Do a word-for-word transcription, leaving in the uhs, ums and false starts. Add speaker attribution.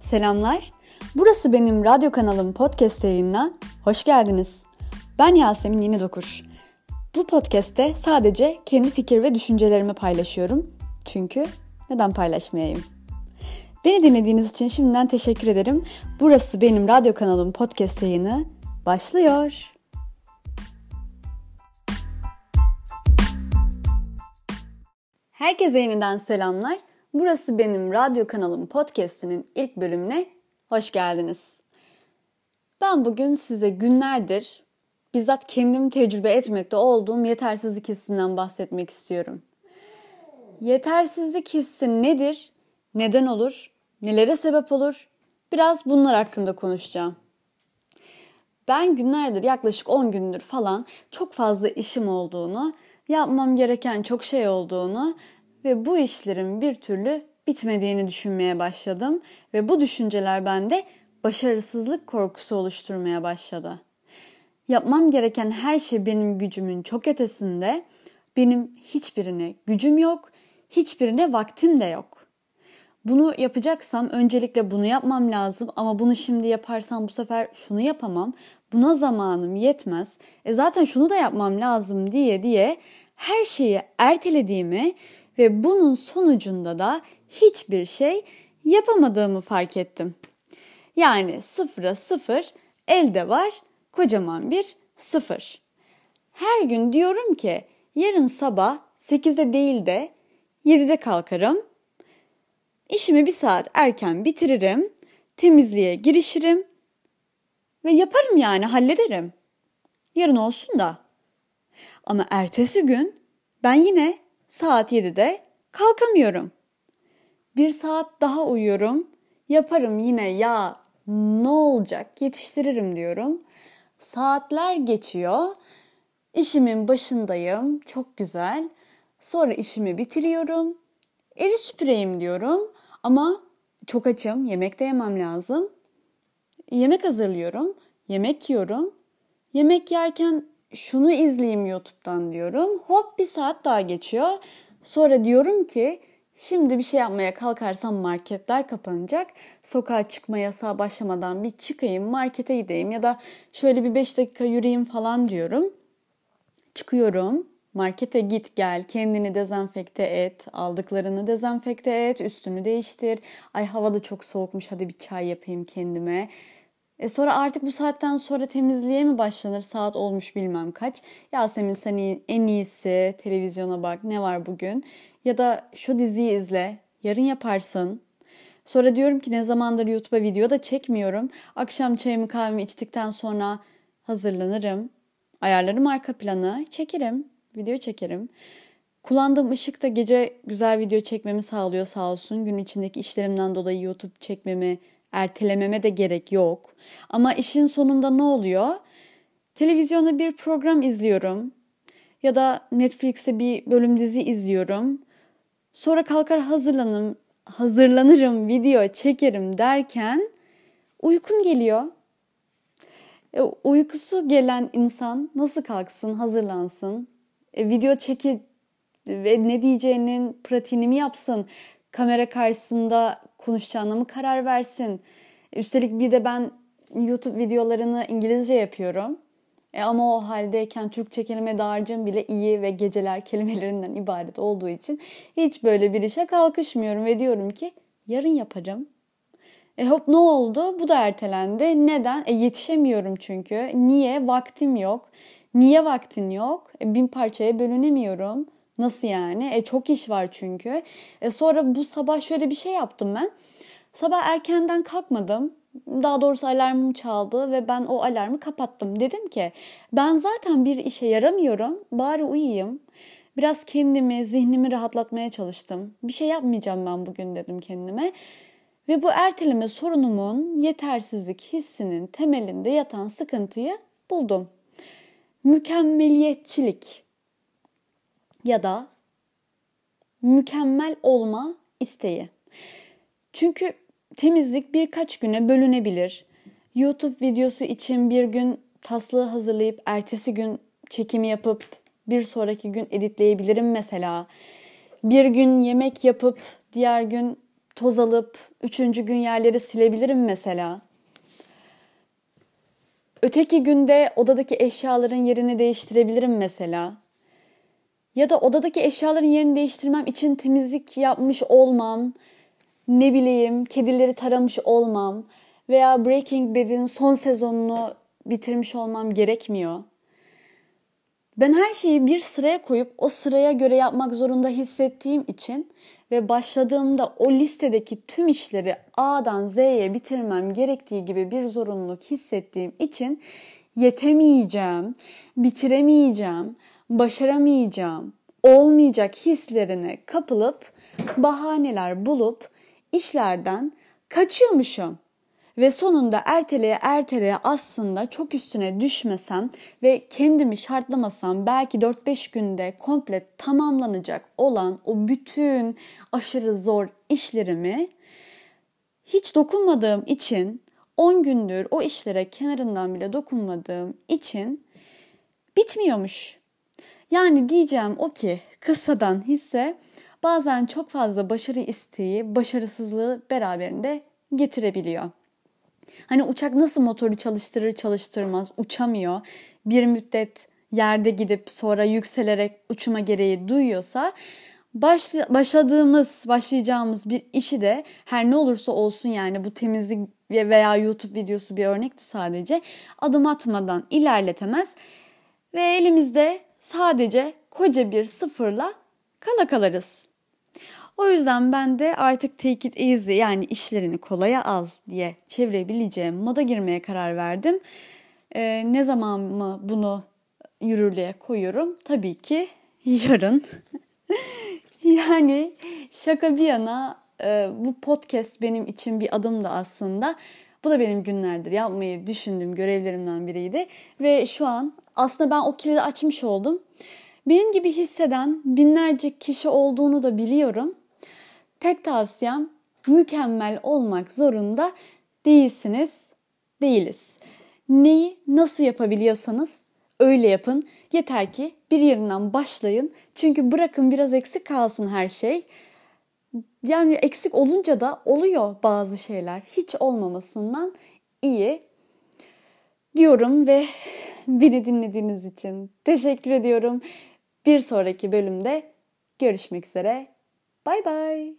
Speaker 1: Selamlar. Burası benim radyo kanalım podcast yayınına hoş geldiniz. Ben Yasemin Yenidokur. Bu podcast'te sadece kendi fikir ve düşüncelerimi paylaşıyorum. Çünkü neden paylaşmayayım? Beni dinlediğiniz için şimdiden teşekkür ederim. Burası benim radyo kanalım podcast yayını başlıyor. Herkese yeniden selamlar. Burası benim radyo kanalım podcast'inin ilk bölümüne hoş geldiniz. Ben bugün size günlerdir bizzat kendim tecrübe etmekte olduğum yetersizlik hissinden bahsetmek istiyorum. Yetersizlik hissi nedir? Neden olur? Nelere sebep olur? Biraz bunlar hakkında konuşacağım. Ben günlerdir, yaklaşık on gündür falan çok fazla işim olduğunu, yapmam gereken çok şey olduğunu ve bu işlerin bir türlü bitmediğini düşünmeye başladım. Ve bu düşünceler bende başarısızlık korkusu oluşturmaya başladı. Yapmam gereken her şey benim gücümün çok ötesinde. Benim hiçbirine gücüm yok, hiçbirine vaktim de yok. Bunu yapacaksam öncelikle bunu yapmam lazım ama bunu şimdi yaparsam bu sefer şunu yapamam. Buna zamanım yetmez. E zaten şunu da yapmam lazım diye diye her şeyi ertelediğimi ve bunun sonucunda da hiçbir şey yapamadığımı fark ettim. Yani sıfıra sıfır, elde var kocaman bir sıfır. Her gün diyorum ki yarın sabah sekizde değil de yedide kalkarım. İşimi bir saat erken bitiririm, temizliğe girişirim ve yaparım yani hallederim. Yarın olsun da. Ama ertesi gün ben yine saat yedide kalkamıyorum. Bir saat daha uyuyorum, yaparım yine ya ne olacak yetiştiririm diyorum. Saatler geçiyor, işimin başındayım çok güzel. Sonra işimi bitiriyorum, evi süpüreyim diyorum. Ama çok açım, yemek de yemem lazım. Yemek hazırlıyorum, yemek yiyorum. Yemek yerken şunu izleyeyim YouTube'dan diyorum. Hop bir saat daha geçiyor. Sonra diyorum ki şimdi bir şey yapmaya kalkarsam marketler kapanacak. Sokağa çıkma yasağı başlamadan bir çıkayım, markete gideyim ya da şöyle bir beş dakika yürüyeyim falan diyorum. Çıkıyorum. Markete git gel, kendini dezenfekte et, aldıklarını dezenfekte et, üstünü değiştir. Ay hava da çok soğukmuş, hadi bir çay yapayım kendime. E sonra artık bu saatten sonra temizliğe mi başlanır? Saat olmuş bilmem kaç. Yasemin sen en iyisi televizyona bak, ne var bugün? Ya da şu diziyi izle, yarın yaparsın. Sonra diyorum ki ne zamandır YouTube'a video da çekmiyorum. Akşam çayımı kahvemi içtikten sonra hazırlanırım. Ayarlarım arka planı, çekerim. Video çekerim. Kullandığım ışık da gece güzel video çekmemi sağlıyor sağ olsun. Gün içindeki işlerimden dolayı YouTube çekmemi, ertelememe de gerek yok. Ama işin sonunda ne oluyor? Televizyonda bir program izliyorum. Ya da Netflix'te bir bölüm dizi izliyorum. Sonra kalkar hazırlanırım, hazırlanırım, video çekerim derken uykum geliyor. E, uykusu gelen insan nasıl kalksın, hazırlansın? E, video çeki ve ne diyeceğinin pratiğini mi yapsın? Kamera karşısında konuşacağına mı karar versin? E, üstelik bir de ben YouTube videolarını İngilizce yapıyorum. E, ama o haldeyken Türkçe kelime dağarcığım bile iyi ve geceler kelimelerinden ibaret olduğu için hiç böyle bir işe kalkışmıyorum ve diyorum ki yarın yaparım. E hop ne oldu? Bu da ertelendi. Neden? E yetişemiyorum çünkü. Niye? Vaktim yok. Niye vaktin yok? E, bin parçaya bölünemiyorum. Nasıl yani? E çok iş var çünkü. E sonra bu sabah şöyle bir şey yaptım ben. Sabah erkenden kalkmadım. Daha doğrusu alarmım çaldı ve ben o alarmı kapattım. Dedim ki ben zaten bir işe yaramıyorum. Bari uyuyayım. Biraz kendimi, zihnimi rahatlatmaya çalıştım. Bir şey yapmayacağım ben bugün dedim kendime. Ve bu erteleme sorunumun yetersizlik hissinin temelinde yatan sıkıntıyı buldum. Mükemmeliyetçilik ya da mükemmel olma isteği. Çünkü temizlik birkaç güne bölünebilir. YouTube videosu için bir gün taslağı hazırlayıp ertesi gün çekimi yapıp bir sonraki gün editleyebilirim mesela. Bir gün yemek yapıp diğer gün toz alıp üçüncü gün yerleri silebilirim mesela. Öteki günde odadaki eşyaların yerini değiştirebilirim mesela. Ya da odadaki eşyaların yerini değiştirmem için temizlik yapmış olmam, ne bileyim kedileri taramış olmam veya Breaking Bad'in son sezonunu bitirmiş olmam gerekmiyor. Ben her şeyi bir sıraya koyup o sıraya göre yapmak zorunda hissettiğim için ve başladığımda o listedeki tüm işleri A'dan Z'ye bitirmem gerektiği gibi bir zorunluluk hissettiğim için yetemeyeceğim, bitiremeyeceğim, başaramayacağım, olmayacak hislerine kapılıp bahaneler bulup işlerden kaçıyormuşum. Ve sonunda erteleye erteleye aslında çok üstüne düşmesem ve kendimi şartlamasam belki dört beş günde komple tamamlanacak olan o bütün aşırı zor işlerimi hiç dokunmadığım için, on gündür o işlere kenarından bile dokunmadığım için bitmiyormuş. Yani diyeceğim o ki kıssadan hisse bazen çok fazla başarı isteği başarısızlığı beraberinde getirebiliyor. Hani uçak nasıl motoru çalıştırır çalıştırmaz uçamıyor. Bir müddet yerde gidip sonra yükselerek uçma gereği duyuyorsa başladığımız, başlayacağımız bir işi de her ne olursa olsun yani bu temizlik veya YouTube videosu bir örnekti sadece adım atmadan ilerletemez ve elimizde sadece koca bir sıfırla kala kalırız. O yüzden ben de artık take it easy yani işlerini kolaya al diye çevirebileceğim moda girmeye karar verdim. Ee, ne zaman mı bunu yürürlüğe koyuyorum? Tabii ki yarın. Yani şaka bir yana e, bu podcast benim için bir adımdı aslında. Bu da benim günlerdir yapmayı düşündüğüm görevlerimden biriydi. Ve şu an aslında ben o kilidi açmış oldum. Benim gibi hisseden binlerce kişi olduğunu da biliyorum. Tek tavsiyem mükemmel olmak zorunda değilsiniz, değiliz. Neyi nasıl yapabiliyorsanız öyle yapın. Yeter ki bir yerinden başlayın. Çünkü bırakın biraz eksik kalsın her şey. Yani eksik olunca da oluyor bazı şeyler. Hiç olmamasından iyi diyorum ve beni dinlediğiniz için teşekkür ediyorum. Bir sonraki bölümde görüşmek üzere. Bye bye.